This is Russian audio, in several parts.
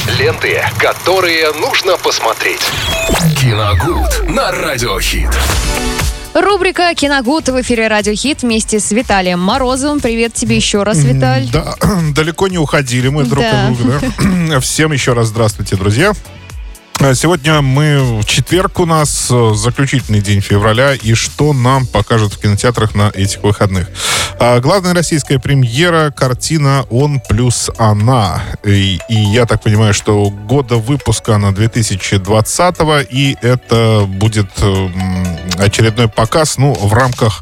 Ленты, которые нужно посмотреть. Киногуд на Радиохит. Рубрика «Киногуд» в эфире «Радио Хит» вместе с Виталием Морозовым. Привет тебе еще раз, Виталь. Да, далеко не уходили мы друг от друга. Да? Всем еще раз здравствуйте, друзья. Сегодня в четверг у нас заключительный день февраля, и что нам покажут в кинотеатрах на этих выходных? Главная российская премьера — картина «Он плюс она». И я так понимаю, что года выпуска она 2020-го, и это будет очередной показ, в рамках...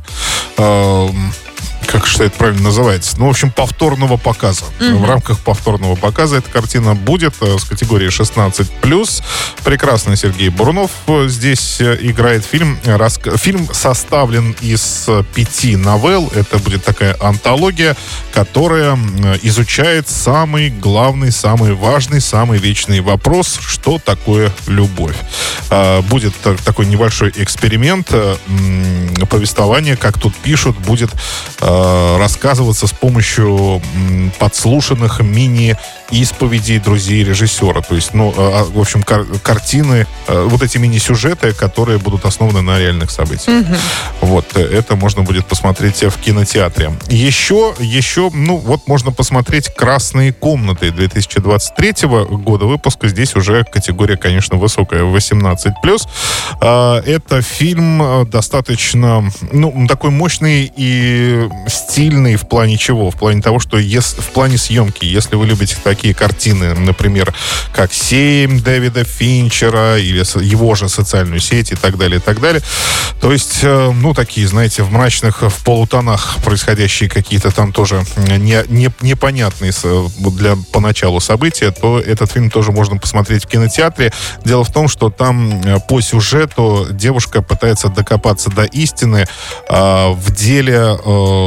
что это правильно называется? В общем, повторного показа. В рамках повторного показа эта картина будет с категории 16+. Прекрасный Сергей Бурунов здесь играет. Фильм составлен из 5 новелл. Это будет такая антология, которая изучает самый главный, самый важный, самый вечный вопрос: что такое любовь. Будет такой небольшой эксперимент. Повествование, как тут пишут, будет рассказываться с помощью подслушанных мини-исповедей друзей режиссера. То есть, в общем, картины, вот эти мини-сюжеты, которые будут основаны на реальных событиях. Вот, это можно будет посмотреть в кинотеатре. Еще, можно посмотреть «Красные комнаты» 2023 года выпуска. Здесь уже категория, конечно, высокая, 18+. Это фильм достаточно, такой мощный и стильный в плане чего? В плане того, что в плане съемки, если вы любите такие картины, например, как «7» Дэвида Финчера или его же «Социальную сеть» и так далее, то есть, такие, знаете, в мрачных, в полутонах происходящие какие-то там тоже непонятные поначалу события, то этот фильм тоже можно посмотреть в кинотеатре. Дело в том, что там по сюжету девушка пытается докопаться до истины в деле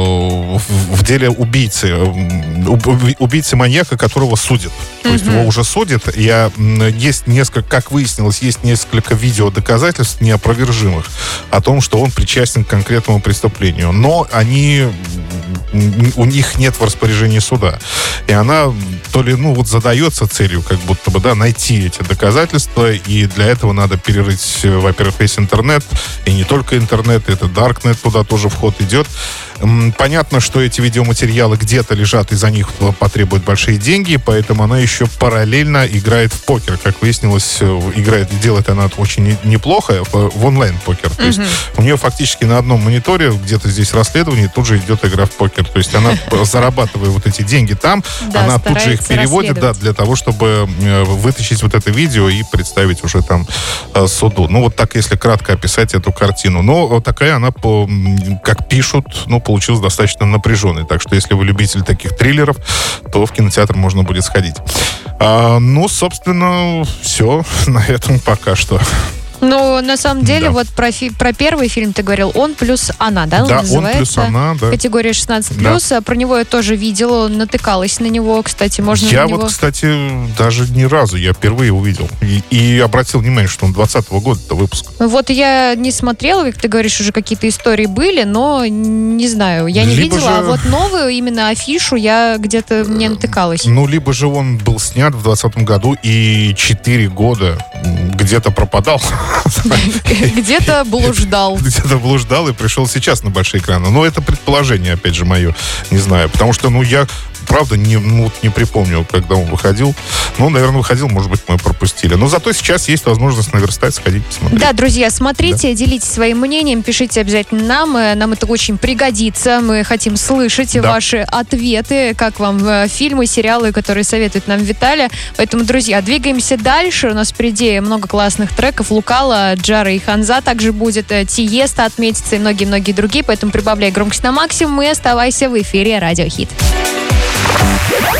убийцы-маньяка, которого судят. То есть его уже судят. Есть несколько, как выяснилось, есть несколько видеодоказательств неопровержимых о том, что он причастен к конкретному преступлению. Но у них нет в распоряжении суда. И она то ли, задается целью, как будто бы, найти эти доказательства. И для этого надо перерыть, во-первых, весь интернет. И не только интернет, это Даркнет, туда тоже вход идет. Понятно, что эти видеоматериалы где-то лежат, и за них потребуют большие деньги, поэтому она еще параллельно играет в покер. Как выяснилось, делает она очень неплохо в онлайн-покер. То есть у нее фактически на одном мониторе, где-то здесь расследование, тут же идет игра в покер. То есть она, зарабатывая вот эти деньги там, она тут же их переводит, для того, чтобы вытащить вот это видео и представить уже там суду. Так, если кратко описать эту картину. Но такая она, как пишут, получилась достаточно напряженной. Так что, если вы любитель таких триллеров, то в кинотеатр можно будет сходить. Собственно, все на этом пока что. На самом деле, про первый фильм ты говорил «Он плюс она», да? Да, «Он плюс она», да. Категория 16+. Да. Про него я тоже видела, натыкалась на него, кстати. Кстати, даже ни разу. Я впервые увидел. И обратил внимание, что он 2020 года выпуск. Я не смотрела, как ты говоришь, уже какие-то истории были, но не знаю, я не видела. А новую именно афишу я где-то не натыкалась. Либо же он был снят в 2020 году и 4 года где-то пропадал. Где-то блуждал. Где-то блуждал и пришел сейчас на большие экраны. Но это предположение, опять же, мое. Не знаю. Потому что, я правда не припомню, когда он выходил. Наверное, выходил, может быть, мы пропустили. Но зато сейчас есть возможность наверстать, сходить, посмотреть. Да, друзья, смотрите, делитесь своим мнением, пишите обязательно нам. Нам это очень пригодится. Мы хотим слышать ваши ответы, как вам фильмы, сериалы, которые советует нам Виталий. Поэтому, друзья, двигаемся дальше. У нас впереди много классных треков. Лукала, Джара и Ханза также будет. Тиеста отметится и многие-многие другие. Поэтому прибавляй громкость на максимум и оставайся в эфире Радио Хит.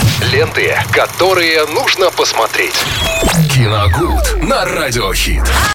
Ленты, которые нужно посмотреть. Киногуд на Радиохит.